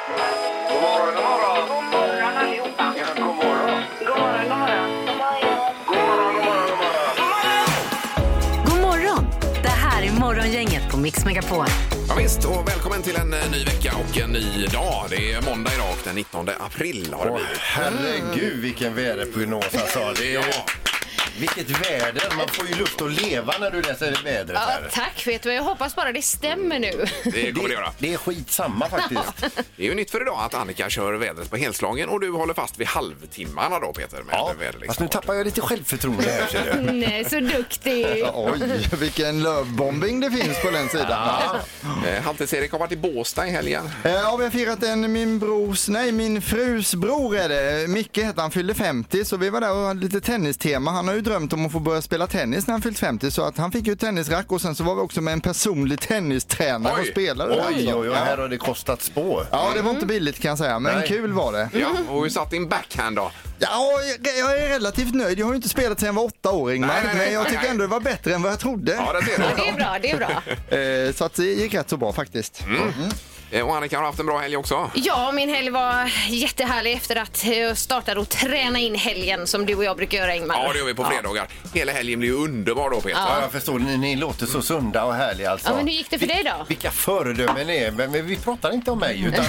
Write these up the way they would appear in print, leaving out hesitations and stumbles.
God morgon, god morgon. God morgon allihopa. Ja, god morgon. God morgon, god morgon. God morgon, god morgon, god morgon. God morgon! Det här är Morgongänget på Mix Megapol. Ja, visst, och välkommen till en ny vecka och en ny dag. Det är måndag idag och den 19 april har det blivit. Herregud, vilken väderprognos alltså. Det är... Vilket väder, man får ju luft att leva när du läser vädret Ja, här. tack, vet du. Jag hoppas bara det stämmer nu. Det kommer det göra. Det är skitsamma faktiskt. Det är ju nytt för idag att Annika kör vädret på helslagen och du håller fast vid halvtimmarna då, Peter, med väderlek. Fast nu tappar jag lite självförtroende här, ser du. Nej, så duktig. Oj, vilken lövbombing det finns på den sidan. Halvtids-Erik har varit i Båstad i helgen. Ja, vi har firat min frus bror är det. Micke heter han, fyllde 50, så vi var där och hade lite tennistema. Han har ju drömt om att få börja spela tennis när han fyllt 50, så att han fick ju tennisrack och sen så var vi också med en personlig tennistränare och spelade. Oj, här har det kostat spår. Ja, det var inte billigt kan jag säga, men kul var det. Ja, och hur satt din backhand då? Ja, jag är relativt nöjd. Jag har ju inte spelat sedan jag var 8 år, Ingmar, men jag tycker ändå det var bättre än vad jag trodde. Ja, det ser du. Det är bra, det är bra. Så att det gick rätt så bra faktiskt. Och Annika har haft en bra helg också. Ja, min helg var jättehärlig efter att jag startade att träna in helgen som du och jag brukar göra, Ingmar. Ja, det gör vi på fredagar. Hela helgen blir ju underbar då, Peter. Ja, jag förstår. Ni låter så sunda och härliga alltså. Ja, men hur gick det för dig då? Vilka föredömen ni är, men vi pratar inte om mig utan...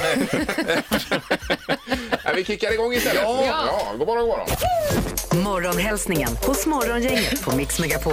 Vi kickar igång istället. Ja, god morgon, god morgon. Morgonhälsningen hos Morgongänget på Mix Megapol.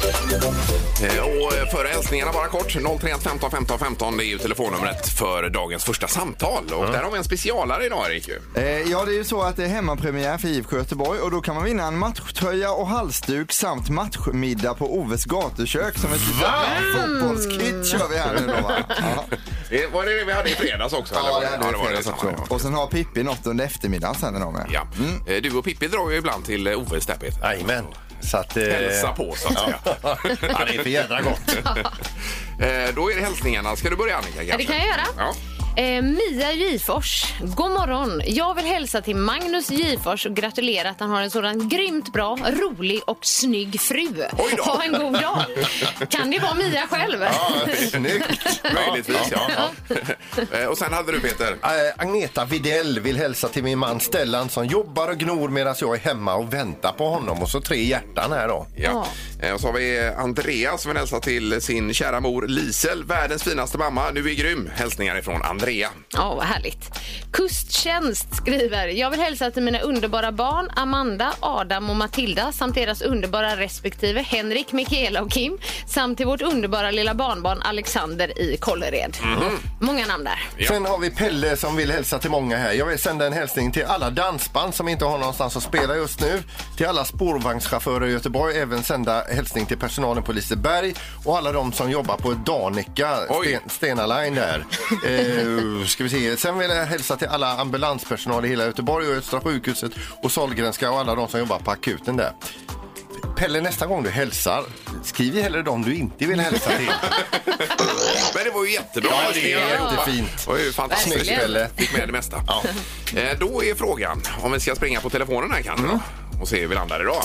Och före hälsningarna bara kort, 031 15 15 15, det är ju telefonnumret för dagens första samtal. Och där har vi en specialare idag, Erik. Ja, det är ju så att det är hemmapremiär för IFK Göteborg och då kan man vinna en matchtröja och halsduk samt matchmiddag på Oves gatukök som ett fotbollskit kör vi här nu då, va? Ja. Var det vi hade i fredags också? Ja, eller? det hade vi i var fredags också. Och sen har Pippi något under eftermiddagen sen idag med. Ja. Du och Pippi drar ju ibland till Oves där, Peter. Jajamän. Så att... Hälsa på, så att säga. Ja, det är för jädra gott. Då är det hälsningarna. Ska du börja, Annika? Kanske? Ja, det kan jag göra. Ja. Mia Gifors, god morgon. Jag vill hälsa till Magnus Gifors och gratulera att han har en sådan grymt bra, rolig och snygg fru. Oj då. Ha en god dag. Kan det vara Mia själv? Ja, snyggt. Möjligtvis, ja. Och sen hade du, Peter. Agneta Videll vill hälsa till min man Stellan som jobbar och gnor medan jag är hemma och väntar på honom. Och så 3 hjärtan här då. Ja. Och så har vi Andreas som vill hälsa till sin kära mor Lisel, världens finaste mamma. Du är grym. Hälsningar ifrån Andrea. Ja, vad härligt. Kusttjänst skriver: jag vill hälsa till mina underbara barn Amanda, Adam och Matilda samt deras underbara respektive Henrik, Mikaela och Kim samt till vårt underbara lilla barnbarn Alexander i Kållered. Många namn där. Ja. Sen har vi Pelle som vill hälsa till många här. Jag vill sända en hälsning till alla dansband som inte har någonstans att spela just nu. Till alla spårvagnschaufförer i Göteborg. Även sända hälsning till personalen på Liseberg och alla de som jobbar på Danica, Stena Line där. Ska vi se. Sen vill jag hälsa till alla ambulanspersonal i hela Göteborg och Östra sjukhuset och Sahlgrenska och alla de som jobbar på akuten där. Pelle, nästa gång du hälsar, skriv hellre dem du inte vill hälsa till. Men det var ju jättebra. Ja, det är jättefint. Det var ju fantastiskt. Snyggt, Pelle. Fick med det mesta. Ja. Då är frågan om vi ska springa på telefonen här kanske då. Och se hur vi landar idag.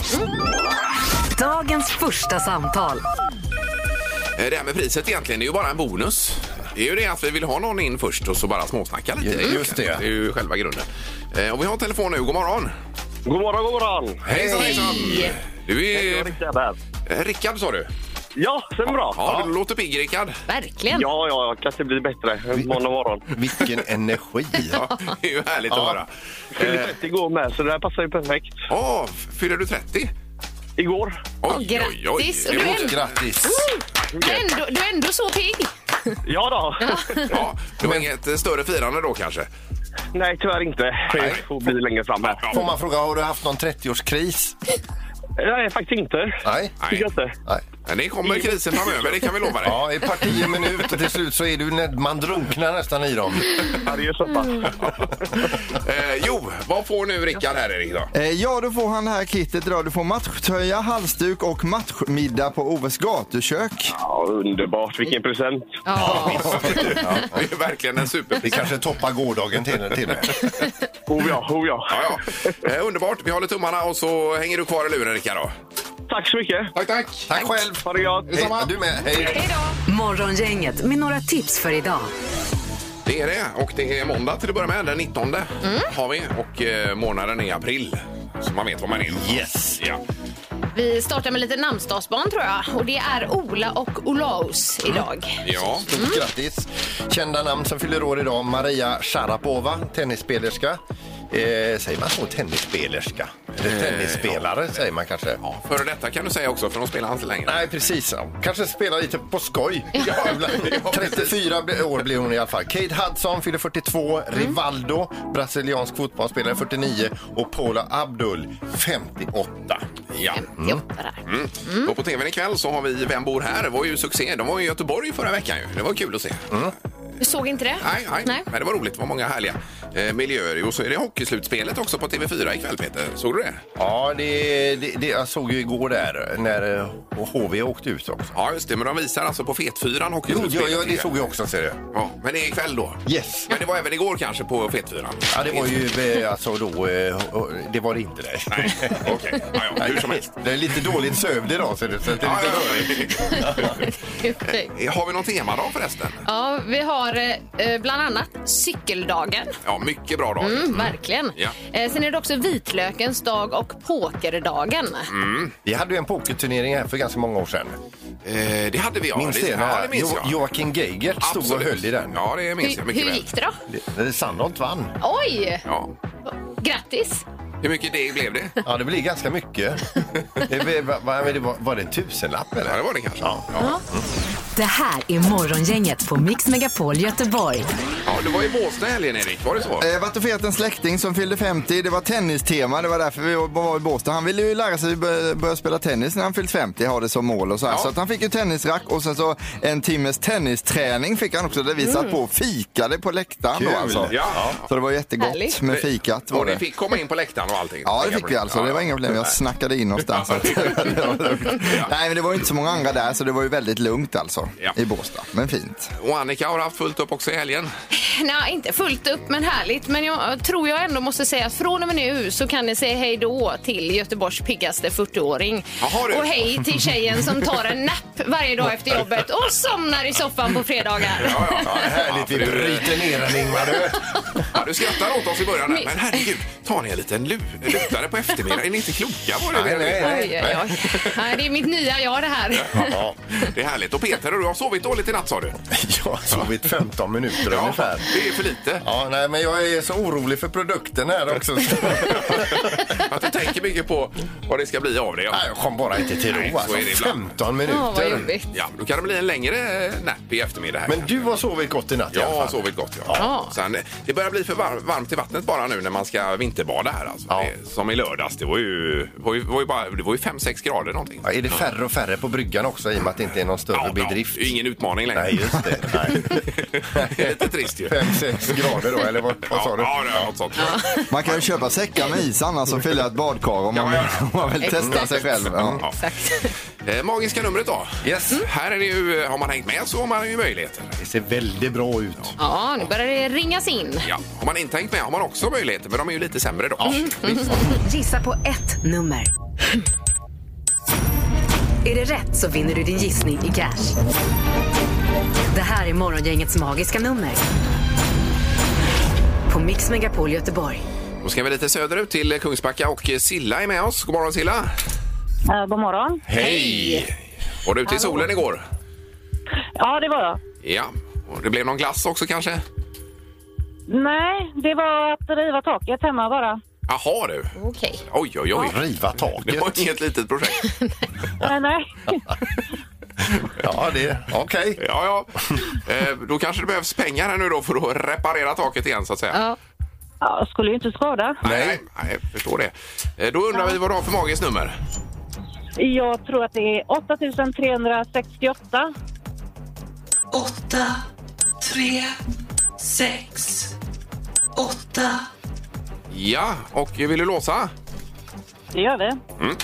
Dagens första samtal. Det här med priset egentligen är ju bara en bonus. Det är ju det att vi vill ha någon in först och så bara småsnacka lite. Just det. Det är ju själva grunden. Och vi har en telefon nu. God morgon. God morgon, god morgon. Hejsan, hejsan. Du är... Rickard, sa du? Ja, sen bra. Ja, du låter pigg, Rickard. Verkligen. Ja, kanske blir bättre måndag morgon. Vilken energi. Ja, det är ju härligt att höra. Fyllde 30 igår med, så det här passar ju perfekt. Fyller du 30? Igår. Grattis. Grattis. Du är ändå så pigg. Ja då. Ja, det var inget större firande då kanske? Nej, tyvärr inte. Det får bli längre fram här. Får man fråga, har du haft någon 30-årskris? Nej, faktiskt inte. Nej. Tycker jag inte. Nej. Men det kommer krisen framöver, det kan vi lova dig. Ja, i parti minut och till slut så är du man drunknar nästan i dem. Ja, det är ju så Jo, vad får nu Rickard här, Erik då? Ja, då får han det här kittet idag. Du får matchtröja, halsduk och matchmiddag på Oves gatukök. Ja, underbart. Vilken present. Ja. Det är verkligen en Det superpris. kanske toppar gårdagen till det. Oh ja. Underbart, vi håller tummarna och så hänger du kvar i luren, Rickard då. Tack så mycket. Tack. Tack själv. Ha det gott. Hej, du med. Hej. Morgongänget med några tips för idag. Det är det. Och det är måndag till att börja med. Den 19 har vi. Och månaden är april. Så man vet vad man är. Yes! Ja. Vi startar med lite namnsdagsbarn tror jag. Och det är Ola och Olaus idag. Ja. Stort grattis! Kända namn som fyller år idag. Maria Sharapova, tennisspelerska. Säger man så, tennisspelerska? Eller tennisspelare säger man kanske. Ja, före detta kan du säga också, för de spelar inte längre. Nej, precis. Ja. Kanske spelar lite på skoj. Ja, 34 år blir hon i alla fall. Kate Hudson fyller 42. Rivaldo, brasiliansk fotbollsspelare, 49. Och Paula Abdul, 58. Ja. 58 där. Och på tvn ikväll så har vi Vem bor här? Det var ju succé. De var i Göteborg förra veckan ju. Det var kul att se. Du såg inte det? Nej. Men det var roligt. Det var många härliga miljöer. Och så är det hockeyslutspelet också på TV4 ikväll, Peter. Såg du det? Ja, det jag såg ju igår där när HV åkte ut också. Ja, just det. Men de visar alltså på Fet4 hockeyslutspelet. Jo, det såg jag också, ser du. Ja, men det är ikväll då? Yes. Men det var även igår kanske på Fet4? Ja, det var ju alltså då, det var det inte där. Nej, okej. Ja, hur som helst. Det är lite dåligt sövd idag, så det är lite Okej. Har vi någon tema då förresten? Ja, vi har bland annat cykeldagen. Ja, mycket bra dag. Verkligen. Ja. Sen är det också vitlökens dag och pokerdagen. Vi hade ju en pokerturnering här för ganska många år sedan. Det hade vi, ja. Minns det? Ja, det minns jag. Joakim Geigert stod och Absolut. höll i den. Ja, det minns jag mycket Hur väl. gick det då? Det Sandholt vann. Oj! Ja. Grattis! Hur mycket deg blev det? Ja, det blir ganska mycket. Var det en tusenlapp eller? Ja, det var det kanske. Ja. Det här är Morgongänget på Mix Megapol Göteborg. Ja, du var i Båstad helgen, Erik. Var det så? Jag varit och firat en släkting som fyllde 50. Det var tennistema, det var därför vi var i Båstad. Han ville ju lära sig börja spela tennis när han fyllt 50, ha det som mål och så här. Ja. Så att han fick ju tennisrack och sen så en timmes tennisträning fick han också. Det vi satt på och fikade på läktaren Kul. då alltså. Ja. Så det var jättegott Härligt. med fikat. Var Och ni det. fick komma in på läktaren och allting? Ja, det fick vi alltså. Det var inga problem. Jag snackade in oss där. Så att det var lugnt. Nej, men det var ju inte så många andra där, så det var ju väldigt lugnt alltså i Båstad. Men fint. Och Annika har haft fullt upp också i helgen. Nej, inte fullt upp, men härligt. Men jag tror jag ändå måste säga att från och med nu så kan ni säga hej då till Göteborgs piggaste 40-åring. Jaha, du. Och hej till tjejen som tar en napp varje dag efter jobbet och somnar i soffan på fredagar. Ja, härligt. Vi bryter ner den, Ingmar. Ja, du skrattar åt oss i början här, men herregud, tar ni en liten lutare på eftermiddagen? Är ni inte kloka? Var det Nej, det är mitt nya jag det här. Ja, Det är härligt. Och Peter, du har sovit dåligt i natt, sa du? jag har sovit 15 minuter ungefär. Det är för lite. Ja, nej, men jag är så orolig för produkten här också. Att du tänker mycket på vad det ska bli av det. Ja. Nej, jag kom bara inte till Nej, ro. så är det Alltså, ibland. 15 Vad minuter. jobbigt. Ja, då kan det bli en längre napp i eftermiddag här. Men du har sovit gott i natt i Jag alla har fall. sovit gott, Ja. Sen, det börjar bli för varmt i vattnet bara nu när man ska vinterbada här. Alltså. Ja. Som i lördags. Det var ju 5-6 grader någonting. Ja, är det färre och färre på bryggan också i och med att det inte är någon större bedrift? Det är ingen utmaning längre. Nej, just det. Nej. Det är lite trist ju. 5-6 grader då, eller vad sa du? Ja, det är något sånt. Man kan ju köpa säckar med is annars och fylla ett badkar om man vill testa sig själv. Ja. Ja. Exakt. Magiska numret då. Yes. Här är det ju, har man hängt med så har man ju möjligheter. Det ser väldigt bra ut. Ja, nu börjar det ringas in. Ja, har man inte hängt med har man också möjligheter, men de är ju lite sämre då. Gissa på ett nummer. Är det rätt så vinner du din gissning i cash. Det här är Morgongängets magiska nummer. På Mix Megapol Göteborg. Då ska vi lite söderut till Kungsbacka och Silla är med oss. God morgon Silla. God morgon. Hej! Var du ute i solen igår? Ja, det var jag. Ja. Och det blev någon glass också kanske? Nej, det var att riva taket hemma bara. Jaha du. Okej. Oj. Riva taket. Det var inget litet projekt. Nej. Ja, det okej. Ja. Då kanske det behövs pengar här nu då för att reparera taket igen så att säga. Ja. Ja, skulle ju inte skada. Nej, jag förstår det. Då undrar vi vad du har för magiskt nummer. Jag tror att det är 8368. 8, 3, 6, 8. Ja, och vill du låsa? Det gör vi.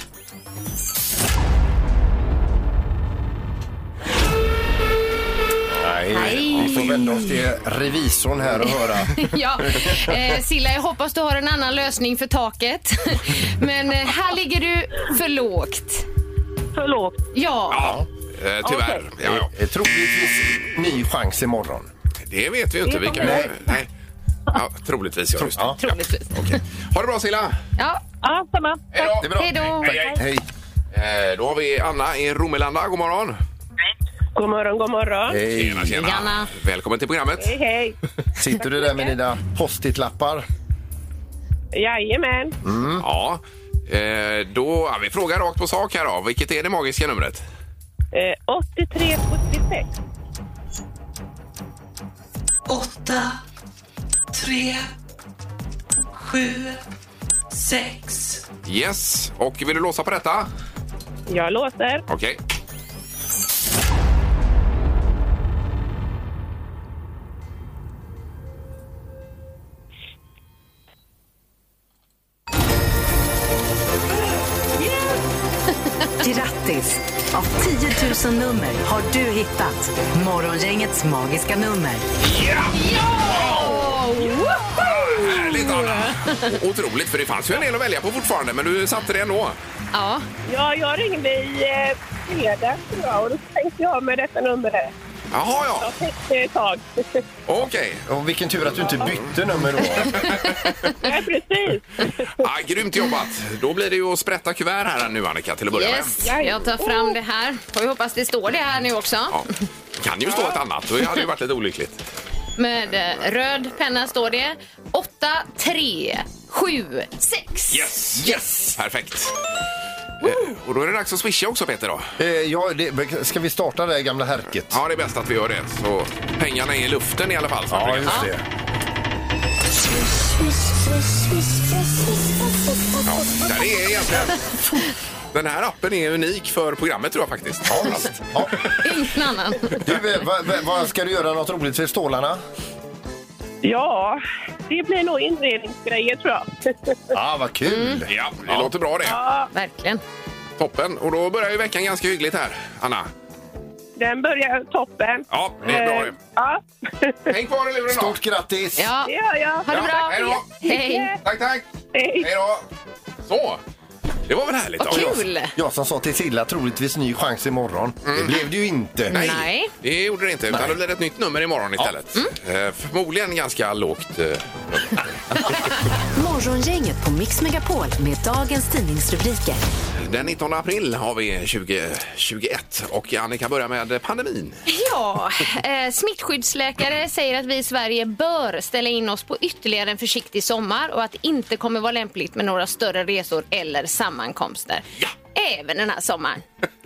Nej, vi får vända oss till revisorn här och höra. Ja, Silla, jag hoppas du har en annan lösning för taket. Men här ligger du för lågt. För lågt. Ja. Tyvärr. Okej. Ja. Troligtvis ny chans imorgon. Det vet vi ju inte. Vilka... Nej. Ja, troligtvis. Ja, just det. Troligtvis. Okej. Ha det bra, Silla. Ja, samma. Hej då. Det är bra. hej då. Hej. Då har vi Anna i Romelanda. God morgon. God morgon, god morgon. Hej. Tjena. Anna. Välkommen till programmet. Hej. Sitter du där med dina post-it-lappar? Jajamän. Ja. Vi frågar rakt på sak här då. Vilket är det magiska numret? 8376. 8, 3, 7, 6. Yes. Och vill du låsa på detta? Jag låser. Okej. Grattis! Av 10 000 nummer har du hittat Morgongängets magiska nummer. Härligt, Anna. Otroligt, för det fanns ju en del att välja på fortfarande, men du satte det ändå. Ja. Ja, jag ringde i fredags och då tänkte jag med detta numret. Jaha, ja. Jag tänkte ett tag. Okej. Och vilken tur att du inte bytte nummer då. Ja, precis. Grymt jobbat. Då blir det ju att sprätta kuvert här nu, Annika, till att börja Yes, med. jag tar fram det här. Får vi hoppas det står det här nu också. Ja. Kan ju stå ett annat, då hade det ju varit lite olyckligt. Med röd penna står det 8, 3, 7, 6. Yes! Perfekt. Och då är det dags att swisha också, Peter, då. Ska vi starta det gamla härket? Ja, det är bäst att vi gör det. Så pengarna är i luften i alla fall. Ja, just det. Ja, där är egentligen... Den här appen är unik för programmet, tror jag faktiskt. Ja. Ingen annan. Du, vad ska du göra något roligt för stålarna? Ja, det blir nog inredningsgrejer, tror jag. Vad kul! Ja, det låter bra det. Verkligen. Toppen. Och då börjar ju veckan ganska hyggligt här, Anna. Den börjar toppen. Ja, det är bra. Ja. Häng kvar i luren då. Stort grattis! Ja, Det gör jag. ha det bra. Hej då. Hej. Tack. Hej. Hej då. Så. Det var väl härligt. Vad kul. Jag som sa till Silla troligtvis ny chans imorgon. Det blev det ju inte. Nej. Det gjorde det inte, utan det blir ett nytt nummer imorgon istället. Förmodligen ganska lågt. Morgongänget på Mix Megapol med dagens tidningsrubriker. Den 19 april har vi 2021 och Annika börjar med pandemin. Ja, smittskyddsläkare säger att vi i Sverige bör ställa in oss på ytterligare en försiktig sommar och att det inte kommer vara lämpligt med några större resor eller sammankomster. Ja. Även den här sommaren.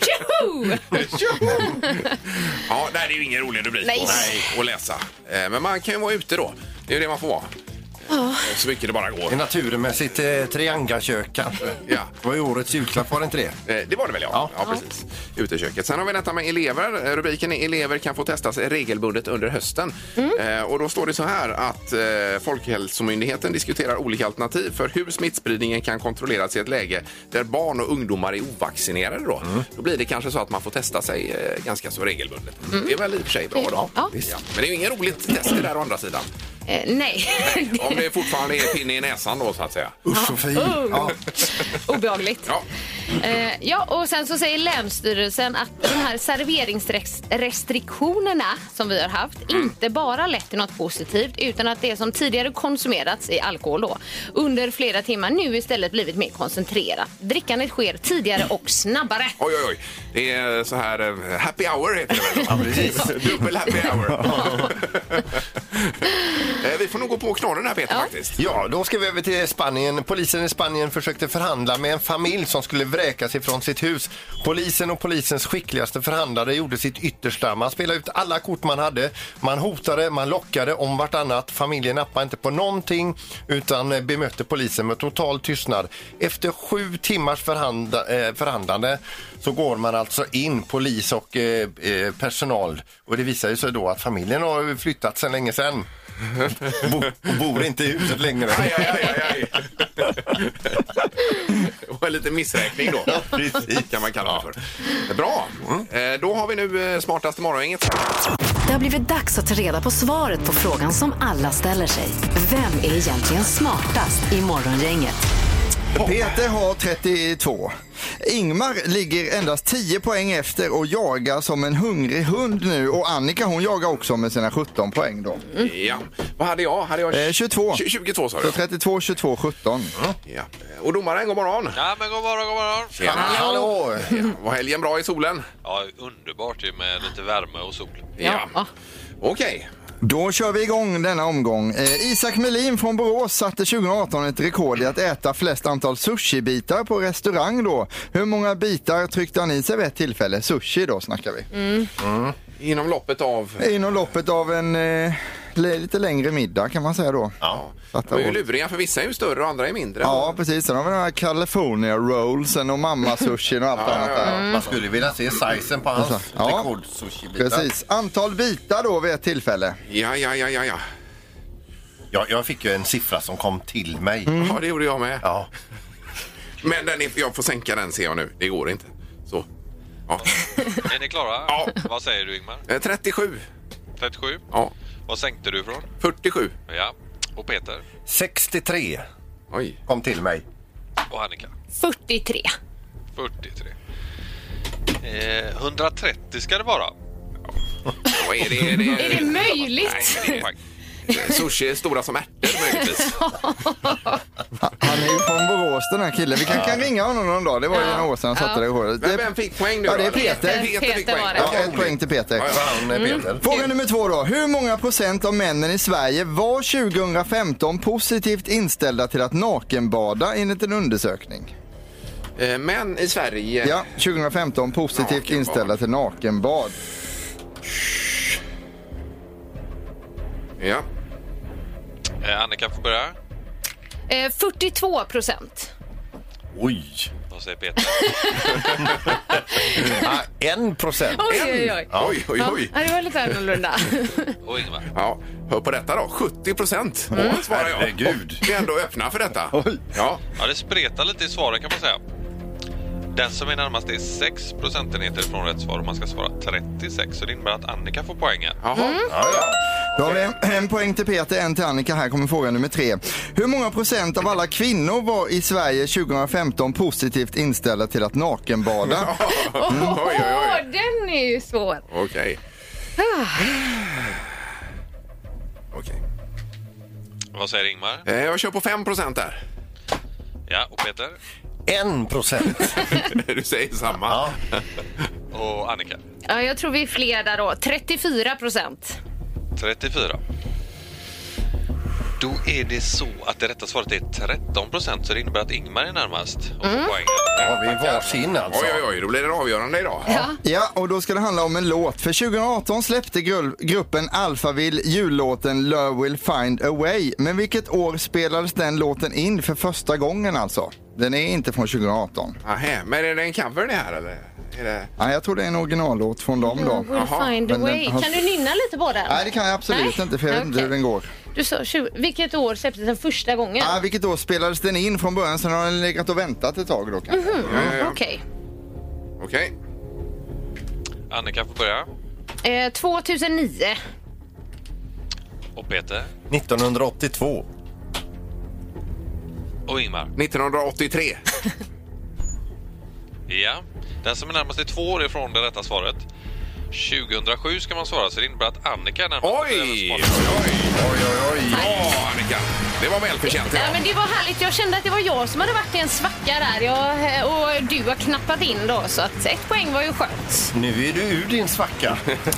Ja, det är ju ingen rolig rubrik Nej. att läsa. Men man kan ju vara ute då. Det är ju det man får vara. Så mycket det bara går. I naturen med sitt triangakök kanske. Ja. Det var ju årets julklapp, var det inte det? Det var det väl, ja. Ja, precis. Uteköket. Sen har vi detta med elever. Rubriken är elever kan få testas regelbundet under hösten. Och då står det så här att Folkhälsomyndigheten diskuterar olika alternativ för hur smittspridningen kan kontrolleras i ett läge där barn och ungdomar är ovaccinerade då. Då blir det kanske så att man får testa sig ganska så regelbundet. Det är väl i och för sig bra då. Ja. Ja. Men det är ju ingen roligt test det där å andra sidan. Nej. Om det fortfarande är pinne i näsan då, så att säga. Usch och fy. Ja. Obehagligt. Ja. Ja, och sen så säger Länsstyrelsen att de här serveringsrestriktionerna som vi har haft inte bara lett till något positivt utan att det som tidigare konsumerats i alkohol då, under flera timmar nu istället blivit mer koncentrerat. Drickandet sker tidigare och snabbare. Oj. Det är så här happy hour heter det väl? Ja, precis. Dubbel happy hour. Vi får nog gå på knorren här, Peter, faktiskt. Ja, då ska vi över till Spanien. Polisen i Spanien försökte förhandla med en familj som skulle vräkas ifrån sitt hus. Polisen och polisens skickligaste förhandlare gjorde sitt yttersta. Man spelade ut alla kort man hade. Man hotade, man lockade om vartannat. Familjen nappade inte på någonting utan bemötte polisen med total tystnad. Efter 7 timmars förhandlande så går man alltså in, polis och personal. Och det visar ju sig då att familjen har flyttat sedan länge sedan. Bor inte i huset längre. Aj. Och en liten missräkning då. Ja, precis. Kan man kalla det för. Bra. Då har vi nu smartaste morgongänget. Det har blivit dags att ta reda på svaret på frågan som alla ställer sig. Vem är egentligen smartast i Morgongänget? Peter har 32. Ingmar ligger endast 10 poäng efter och jagar som en hungrig hund nu. Och Annika hon jagar också med sina 17 poäng då. Ja. Vad hade jag? 22. 22 sa du? Så 32, 22, 17. Ja. Och domaren, god morgon. Ja, men god morgon. Tjena. Hallå! Var helgen bra i solen? Ja, underbart ju med lite värme och sol. Ja. Okej. Då kör vi igång denna omgång. Isak Melin från Borås satte 2018 ett rekord i att äta flest antal sushi-bitar på restaurang då. Hur många bitar tryckte han i sig vid ett tillfälle? Sushi då snackar vi. Inom loppet av... Inom loppet av en lite längre middag kan man säga då. Ja. Det är ju luriga för vissa är ju större och andra är mindre. Ja, precis. Sen har vi den här California rollsen och mamma sushin och allt annat där. Man skulle vilja se sizen på hans rekord-sushi-bitar. Precis. Antal bitar då vid ett tillfälle. Ja. Jag fick ju en siffra som kom till mig. Ja, det gjorde jag med. Ja. Men jag får sänka den ser jag nu. Det går inte. Så. Ja. Är ni klara? Ja. Vad säger du, Ingmar? 37. 37? Ja. Vad sänkte du från? 47. Ja. Och Peter? 63 Oj. kom till mig. Och Annika? 43. 43. 130 ska det vara. Vad är det? Är det möjligt? Nej, sushi är stora som ärtor möjligtvis. Han är ju från Borås den här killen. Vi kan ringa honom någon dag. Det var ju några år sedan han satte det i håret. Vem fick poäng nu? Ja, det är Peter. Peter fick poäng. var det. Ja, ett poäng till Peter. Peter. Fråga nummer 2 då. Hur många procent av männen i Sverige var 2015 positivt inställda till att nakenbada enligt en undersökning? Men i Sverige... Ja, 2015 positivt Nakenbad. inställda till nakenbad. Ja. Annika får börja. 42%. Oj. Vad säger Peter? 1%. Oj. Oj. Ja, det var lite annorlunda. Och Ingmar? Ja, hör på detta då. 70% svarar jag. Herregud. Vi är ändå öppna för detta. Ja. Ja, det spretar lite i svaren kan man säga. Den som är närmast är 6 procentenheter från rätt svar och man ska svara 36. Så det innebär att Annika får poängen. Jaha. Då har vi en poäng till Peter, en till Annika. Här kommer fråga nummer 3. Hur många procent av alla kvinnor var i Sverige 2015 positivt inställda till att nakenbada? Oj. Den är ju svår. Okej. Vad säger Ingmar? Jag kör på 5% där. Ja, och Peter? 1%. Du säger samma. Ja. Och Annika? Ja, jag tror vi är fler där då. 34%. 34. Då är det så att det rätta svaret är 13%, så det innebär att Ingmar är närmast och får poäng. Har vi varsin alltså? Oj, då blir det avgörande idag. Ja, och då ska det handla om en låt. För 2018 släppte gruppen Alphaville jullåten Love Will Find A Way. Men vilket år spelades den låten in för första gången alltså? Den är inte från 2018. Aha, men är det en cover det här eller? Är det... Ja, jag tror det är en originallåt från dem då. Will find a Men way. den har- Kan du nynna lite på den? Nej, det kan jag absolut inte för jag vet inte hur den går. Du sa, vilket år släpptes den första gången? Ja, vilket år spelades den in från början? Sen har den legat och väntat ett tag då kanske. Okej. Okej. Annika får börja. 2009. Och Peter? 1982. Och Ingmar? 1983. Ja. Den som är närmast är 2 år ifrån det rätta svaret. 2007 ska man svara, så det innebär att Annika är närmast. Oj! Ja, Annika. Det var välförtjänt. Ja, men det var härligt. Jag kände att det var jag som hade varit i en svacka där. Och du har knappat in då, så att 1 poäng var ju skönt. Nu är du ur din svacka.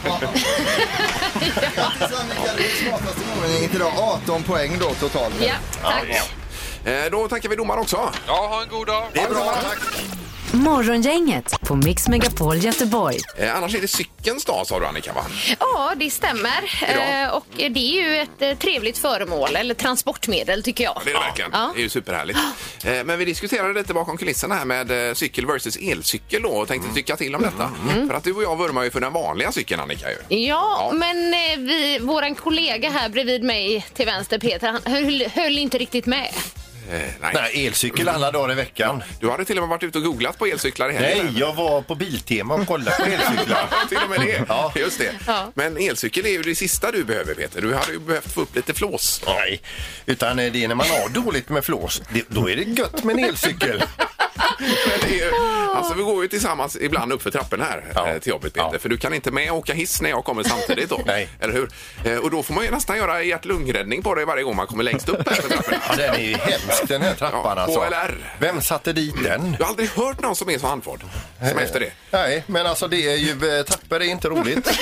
Idag 18 poäng då totalt. Ja, tack. Då tackar vi domaren också. Ja, ha en god dag. Det är bra, tack. Morgongänget på Mix Megapol Göteborg. Annars är det cykelns dag, sa du Annika, va? Ja, det stämmer. Och det är ju ett trevligt föremål, eller transportmedel tycker jag. Det är det verkligen. Ja. Det är ju superhärligt. Men vi diskuterade lite bakom kulisserna här med cykel versus elcykel då och tänkte tycka till om detta. För att du och jag vurmar ju för den vanliga cykeln, Annika. Ju. Ja, men våran kollega här bredvid mig till vänster, Peter, han höll inte riktigt med. Nej, elcykel alla dagar i veckan. Du hade till och med varit ute och googlat på elcyklar i helgen. Nej, jag var på Biltema och kollade på elcyklar. Till och med det. Ja. Just det. Ja. Men elcykel är ju det sista du behöver, Peter. Du hade ju behövt få upp lite flås. Nej, utan det är när man har dåligt med flås. Då är det gött med en elcykel. Men det är ju, alltså vi går ju tillsammans ibland upp för trappen här till jobbet, Peter. För du kan inte med åka hiss när jag kommer samtidigt då. Nej. Eller hur? Och då får man ju nästan göra hjärt-lungräddning på dig varje gång man kommer längst upp här för trappen. Ja, den är ju hemsk den här trappan alltså. HLR. Vem satte dit den? Du har aldrig hört någon som är så andfådd som efter det. Nej, men alltså det är ju, trappor är inte roligt.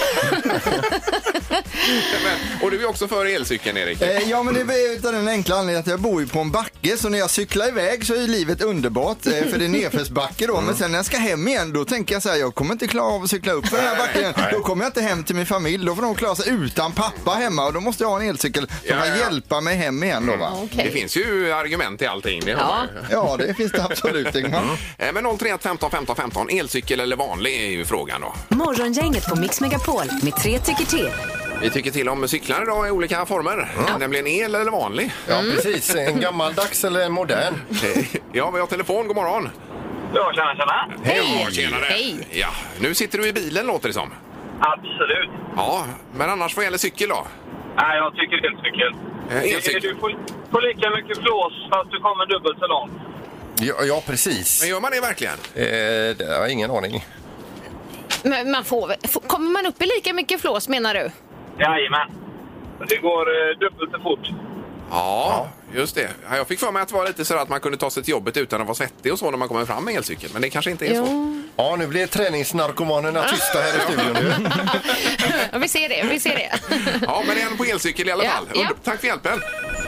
Och du är också för elcykeln, Erik. Ja, men det är utav den enkla anledningen att jag bor ju på en backe, så när jag cyklar iväg så är livet underbart, för det är nedförsbacke då, men sen när jag ska hem igen då tänker jag så här, jag kommer inte klara av att cykla upp för den här backen, då kommer jag inte hem till min familj, då får de klara sig utan pappa hemma och då måste jag ha en elcykel som kan hjälpa mig hem igen då, va? Det finns ju argument i allting. Det ja, det finns det absolut. Men 031 15 15 15, elcykel eller vanlig är ju frågan då. Morgongänget på Mix Megapol med 3 tycker till. Vi tycker till om cyklar idag i olika former. Nämligen el eller vanlig. Ja, precis. En gammaldags eller en modern. Ja, vi har telefon. God morgon. Ja, tjena. Hej. Tjenare. Hej. Ja, nu sitter du i bilen, låter det som. Absolut. Ja, men annars vad gäller cykel då? Nej, jag tycker elcykel. Elcykel. Du får lika mycket flås fast du kommer dubbelt så långt. Ja, precis. Men gör man det verkligen? Det har jag ingen aning. Men kommer man upp i lika mycket flås, menar du? Jajamän. Det går dubbelt så fort. Ja, just det. Jag fick för mig att det var lite så att man kunde ta sig till jobbet utan att vara svettig och så när man kommer fram med elcykel. Men det kanske inte är så. Ja, nu blir träningsnarkomanerna tysta här i studion nu. Ja, vi ser det. Ja, men en på elcykel i alla fall. Tack för hjälpen.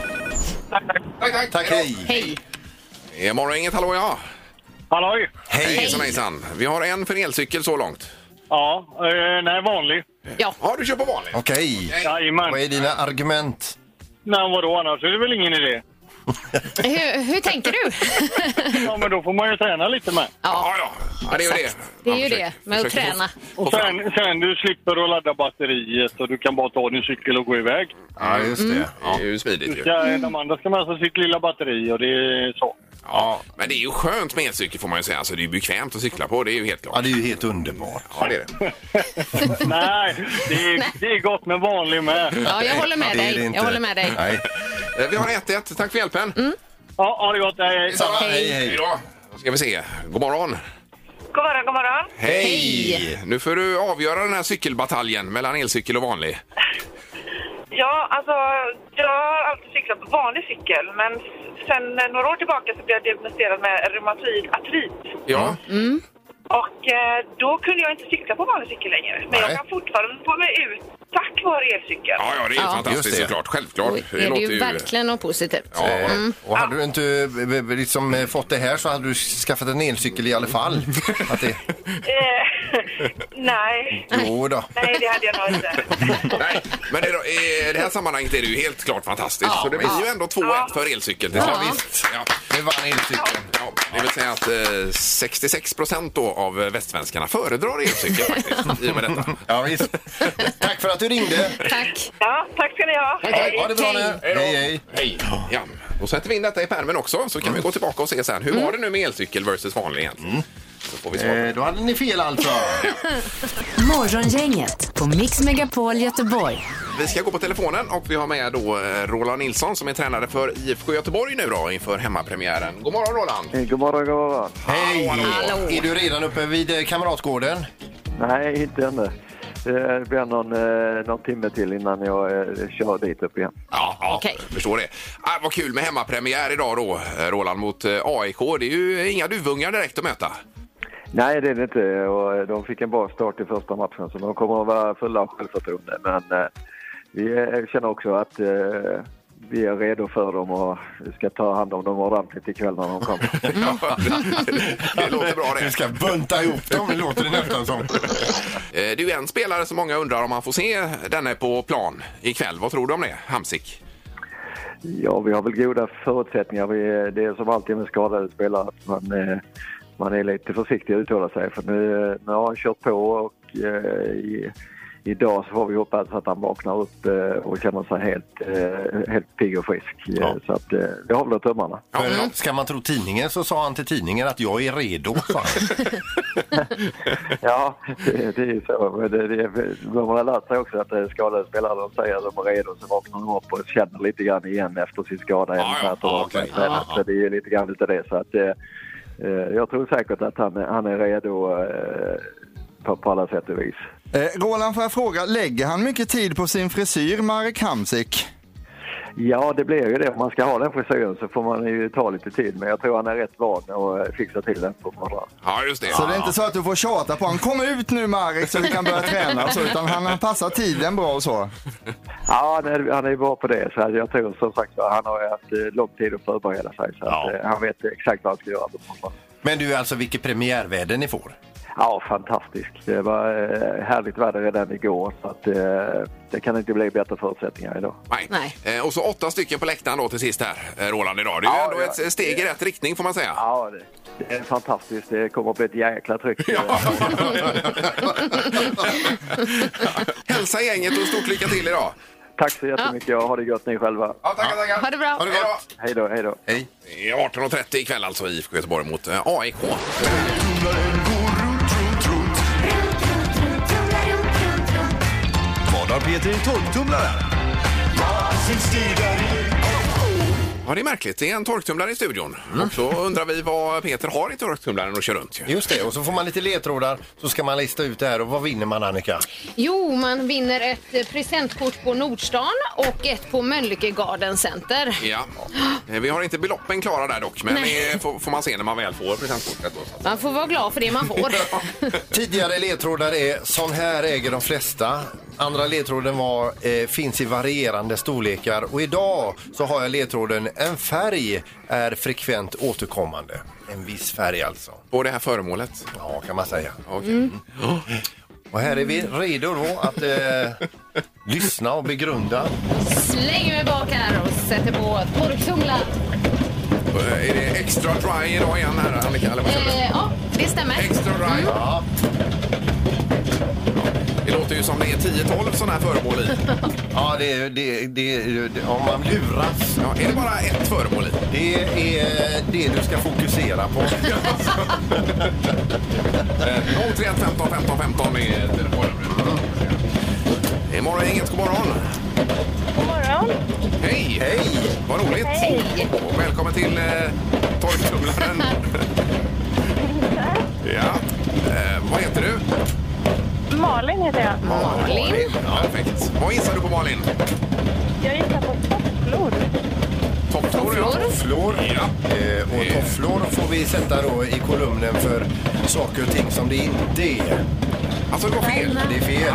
Tack, hej. Hej. Morgongänget, hallå ja. Halloj. Hejsan. Vi har en för elcykel så långt. Ja, nej, vanlig. Ja, du kör på vanlig. Okej. Jajamän. Vad är dina argument? Nej, vadå annars? Är det väl ingen idé? Hur tänker du? Ja, men då får man ju träna lite med. Ja, det är ju det. Det är ju det, med att träna. Och sen du slipper att ladda batteriet och du kan bara ta din cykel och gå iväg. Ja, just det. Det är ju smidigt ju. De andra ska med sig sitt lilla batteri och det är så. Ja, men det är ju skönt med elcykel får man ju säga. Alltså, det är ju bekvämt att cykla på, det är ju helt klart. Ja, det är ju helt underbart. Ja, det är det. Nej, det är gott med vanlig med. Ja, jag håller med dig. Jag håller med dig. Nej. Vi har 1-1. Tack för hjälpen. Ja, ha det gott. Hej. Då ska vi se. God morgon. God morgon. Hej. Nu får du avgöra den här cykelbataljen mellan elcykel och vanlig. Ja, alltså jag har alltid cyklat på vanlig cykel, men sen några år tillbaka så blev jag diagnostiserad med reumatoid artrit. Ja. Och då kunde jag inte cykla på vanlig cykel längre. Men jag kan fortfarande få mig ut tack vare elcykel. Ja, det är fantastiskt såklart. Självklart. Det är ju verkligen något positivt. Ja. Och hade du inte liksom fått det här så hade du skaffat en elcykel i alla fall. Att det... Nej. Jo då. Nej, det hade jag nog inte. Nej, men i det här sammanhanget är det ju helt klart fantastiskt. Så det blir ju ändå 2-1 för elcykeln. Ja, visst. Ja, det var en elcykel. Ja, det vill säga att 66% då av västsvenskarna föredrar elcykel faktiskt i och med detta. Ja, visst. Tack för att du ringde. Tack. Ja, tack ska ni ha. Ha det bra nu. Hej. Ja, då sätter vi in detta i pärmen också så kan vi gå tillbaka och se sen. Hur var det nu med elcykel versus vanlig egentligen? Så får vi svar. Då hade ni fel alltså. Morgongänget på Mix Megapol Göteborg. Vi ska gå på telefonen och vi har med då Roland Nilsson som är tränare för IFK Göteborg nu då inför hemmapremiären. God morgon Roland! God morgon. Hej! Är du redan uppe vid Kamratgården? Nej, inte ännu. Det blir någon timme till innan jag kör dit upp igen. Ja, förstår det. Vad kul med hemmapremiär idag då, Roland, mot AIK. Det är ju inga duvungar direkt att möta. Nej, det är det inte. Och de fick en bra start i första matchen så de kommer att vara fulla av självförtroende. Men vi känner också att vi är redo för dem och ska ta hand om dem ordentligt ikväll när de kommer. Det låter bra det. Vi ska bunta ihop dem, det låter det nästan som. Det är ju en spelare som många undrar om man får se denne på plan ikväll. Vad tror du om det, Hamsik? Ja, vi har väl goda förutsättningar. Det är som alltid med skadade spelare. Man är lite försiktig att uttala sig. För nu har han kört på och idag så får vi hoppas att han vaknar upp och känner sig helt pigg och frisk. Så att det håller väl tummarna. Ska man tro tidningen så sa han till tidningen att jag är redo. Ja, det är så. Man har lärt sig också att skadade spelare, de säger att de är redo, så vaknar de upp och känner lite grann igen efter sin skada. Så det är lite grann utav det. Så att jag tror säkert att han är redo på alla sätt och vis. Roland, får jag fråga, lägger han mycket tid på sin frisyr, Marek Hamsik? Ja, det blir ju det. Om man ska ha den frisyren så får man ju ta lite tid. Men jag tror han är rätt van och fixa till den på morgonen. Ja, just det. Så det är inte så att du får tjata på honom. Kom ut nu, Marek, så vi kan börja träna. Så, utan han passar tiden bra och så. Ja, han är bra på det. Så jag tror som sagt att han har haft lång tid att förbereda sig. Så att, han vet exakt vad han ska göra på morgonen. Men du, alltså vilket premiärväder ni får? Ja, fantastiskt. Det var härligt väder redan igår, så att det kan inte bli bättre förutsättningar idag. Nej. Och så 8 stycken på läktaren då till sist här, Roland, idag. Det är ju ändå ett steg i rätt riktning, får man säga. Ja, det är fantastiskt. Det kommer att bli ett jäkla tryck. Hälsa gänget och stort lycka till idag. Tack så jättemycket. Ha det gott ni själva. Ja, tackar. Ha det bra. Ha det gott. Hej då. Hej. Det är 18.30 ikväll alltså i IFK Göteborg mot AIK. Vad har Peter i torktumlaren? Ja, det är märkligt. Det är en torktumlare i studion. Och så undrar vi vad Peter har i torktumlaren och kör runt. Just det, och så får man lite ledtrådar så ska man lista ut det här. Och vad vinner man, Annika? Jo, man vinner ett presentkort på Nordstan och ett på Mölnlycke Garden Center. Ja, vi har inte beloppen klara där dock. Men det får man se när man väl får presentkortet. Då. Man får vara glad för det man får. Tidigare ledtrådar är sån här äger de flesta. Andra ledtråden var finns i varierande storlekar. Och idag så har jag ledtråden en färg är frekvent återkommande. En viss färg alltså. Och det här föremålet? Ja, kan man säga. Okay. Och här är vi redo då att lyssna och begrunda. Slänger mig bak här och sätter på torktumlaren. Är det extra dry idag igen här, Annika? Eller vad ja, det stämmer. Extra dry? Ja. Det låter ju som det är 10-12 sådana här föremål i. Ja, det om man luras. Ja, är det bara ett föremål i? Det är det du ska fokusera på. 031 15 15 15 är telefonen. Det är morgongänget, god morgon. God morgon. Hej! Hej! Vad roligt! Hej! Och välkommen till torktumlaren. Ja. Vad heter du? Malin heter jag. Malin. Ja, perfekt. Vad gissar du på, Malin? Jag gissar på tofflor. Tofflor, ja. Tofflor. Ja. Och tofflor får vi sätta då i kolumnen för saker och ting som det inte är. Alltså, det var fel. Det är fel.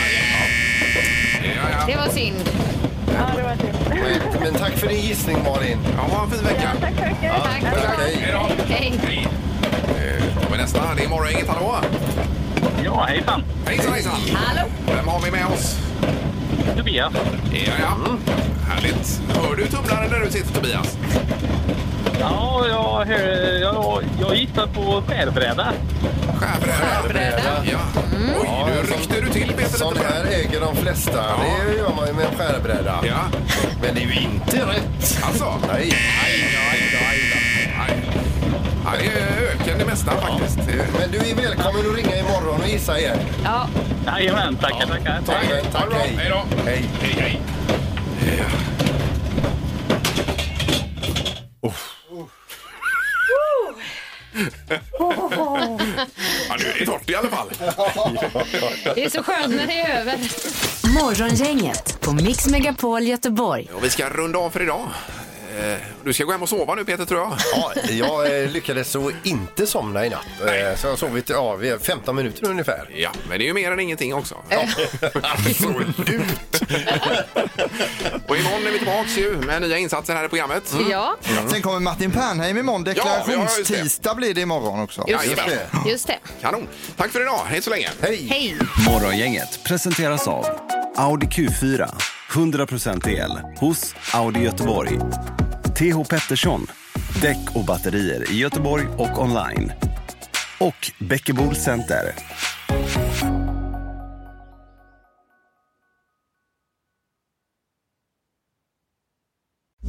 Ja. Det var synd. Ja, det var synd. Men tack för din gissning, Malin. Ja, ha en fin vecka. Ja, tack så mycket. Tack. Hej då. Hej. Och nästa, det är morgongänget, hallå? Ja, hejsan. Hejsan. Hallå. Vem har vi med oss? Tobias. Ja. Härligt. Hör du tumlaren där du sitter, Tobias? Ja, jag gissar på skärbräda. Skärbräda? Ja. Oj, nu ryckte du till, Peter. Sån här äger de flesta. Ja. Det gör man ju med en skärbräda. Ja. Men det är ju inte rätt. Alltså? Nej. Ja, det är ökande mesta faktiskt. Men du är välkommen att ringa imorgon och gissa igen. Ja. Jajamän, tackar. Tack. Hej då. Hej. Ja, nu är det torrt i alla fall. Det är så skönt när det är över. Morgongänget på Mix Megapol Göteborg. Och vi ska runda av för idag. Du ska gå hem och sova nu, Peter, tror jag. Ja, jag lyckades så inte somna i natt. Så jag har sovit 15 minuter ungefär. Ja, men det är ju mer än ingenting också. Absolut. Och imorgon är vi tillbaka ju med nya insatser här i programmet. Ja. Sen kommer Martin Pernheim imorgon. Deklarationstidsdag blir det imorgon också. Just det. Kanon. Tack för idag. Hej så länge. Hej. Morgongänget presenteras av Audi Q4. 100% el hos Audi Göteborg. TH Pettersson, däck och batterier i Göteborg och online. Och Bäckebol Center.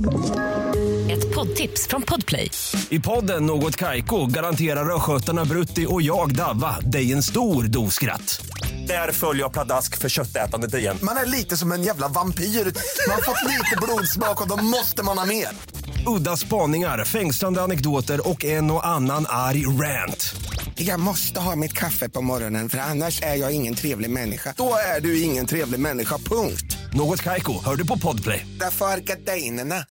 Ett poddtips från Podplay. I podden Något Kaiko garanterar östgötarna Brutti och jag Davva dig en stor doskratt. Där följer jag pladask för köttätandet igen. Man är lite som en jävla vampyr. Man har fått lite blodsmak och då måste man ha mer. Udda spaningar, fängslande anekdoter och en och annan arg rant. Jag måste ha mitt kaffe på morgonen för annars är jag ingen trevlig människa. Då är du ingen trevlig människa, punkt. Något Kaiko, hör du på Podplay. Därför är gardinerna.